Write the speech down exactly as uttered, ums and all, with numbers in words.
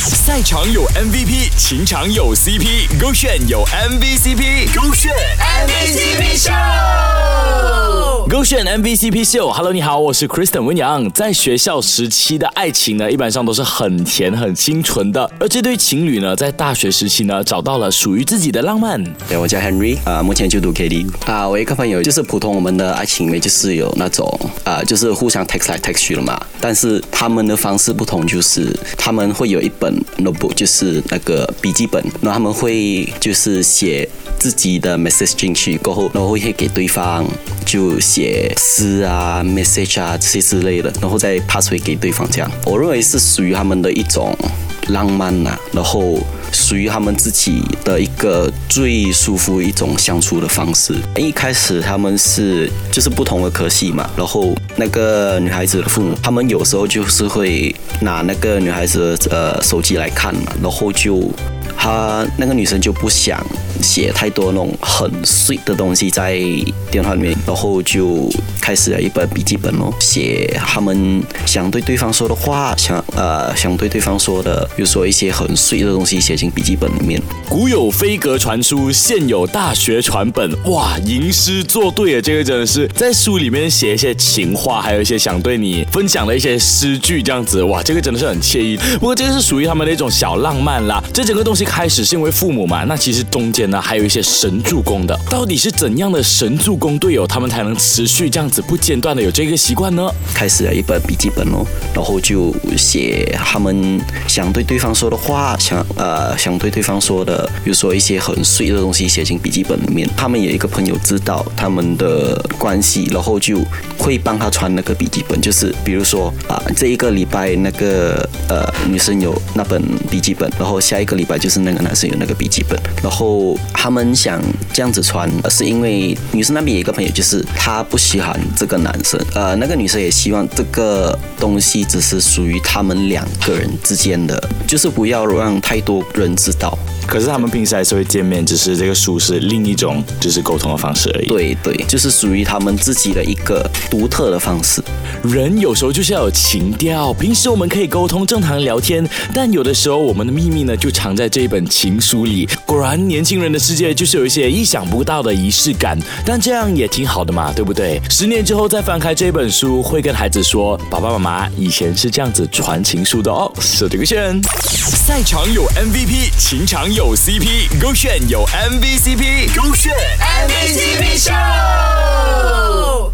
赛场有 M V P， 情场有 C P， 勾选有 M V C P， 勾选 M V C P 秀，勾选 M V C P 秀。Hello， 你好，我是 Kristen 温阳。在学校时期的爱情呢，一般上都是很甜、很清纯的。而这对情侣呢，在大学时期呢，找到了属于自己的浪漫。 对，我叫 Henry， 啊、呃，目前就读 K D。啊，我一个朋友就是普通我们的爱情里面就是有那种啊、呃，就是互相 text 来 text 去了嘛。但是他们的方式不同，就是他们会有一本 notebook， 就是那个笔记本，然后他们会就是写自己的 message 进去，过后然后会给对方就写诗啊 message 啊这些之类的，然后再 pass 回给对方这样。我认为是属于他们的一种浪漫啊，然后属于他们自己的一个最舒服一种相处的方式。一开始他们是就是不同的科系嘛，然后那个女孩子的父母，他们有时候就是会拿那个女孩子的呃手机来看嘛，然后就她那个女生就不想写太多那种很 sweet 的东西在电话里面，然后就开始了一本笔记本哦，写他们想对对方说的话，想呃想对对方说的，比如说一些很 sweet 的东西写进笔记本里面。 古有飞鸽传书，现有大学传本，哇，吟诗作对啊！这个真的是在书里面写一些情话，还有一些想对你分享的一些诗句，这样子，哇，这个真的是很惬意。不过这个是属于他们的一种小浪漫啦。这整个东西开始是因为父母嘛，那其实中间呢还有一些神助攻的。到底是怎样的神助攻队友，他们才能持续这样子不间断的有这个习惯呢？ 开始了一本笔记本哦，然后就写他们想对对方说的话，想呃想对对方说的，比如说一些很碎的东西写进笔记本里面。他们有一个朋友知道他们的关系，然后就会帮他传那个笔记本，就是比如说啊、呃、这一个礼拜那个呃女生有那本笔记本，然后下一个礼拜就是那个男生有那个笔记本，然后他们想这样子传，是因为女生那边有一个朋友，就是她不喜欢这个男生，呃，那个女生也希望这个东西只是属于他们两个人之间的，就是不要让太多人知道。 可是他们平时还是会见面，只是这个书是另一种就是沟通的方式而已。 对对，就是属于他们自己的一个独特的方式。 人有时候就是要有情调，平时我们可以沟通正常聊天，但有的时候我们的秘密呢就藏在这一本情书里。果然年轻人的世界就是有一些意想不到的仪式感，但这样也挺好的嘛，对不对？十年之后再翻开这本书，会跟孩子说，爸爸妈妈以前是这样子传情书的哦。设这个选，赛场有 M V P， 情场有 C P， 勾选有 M V C P， 勾选 M V C P 秀。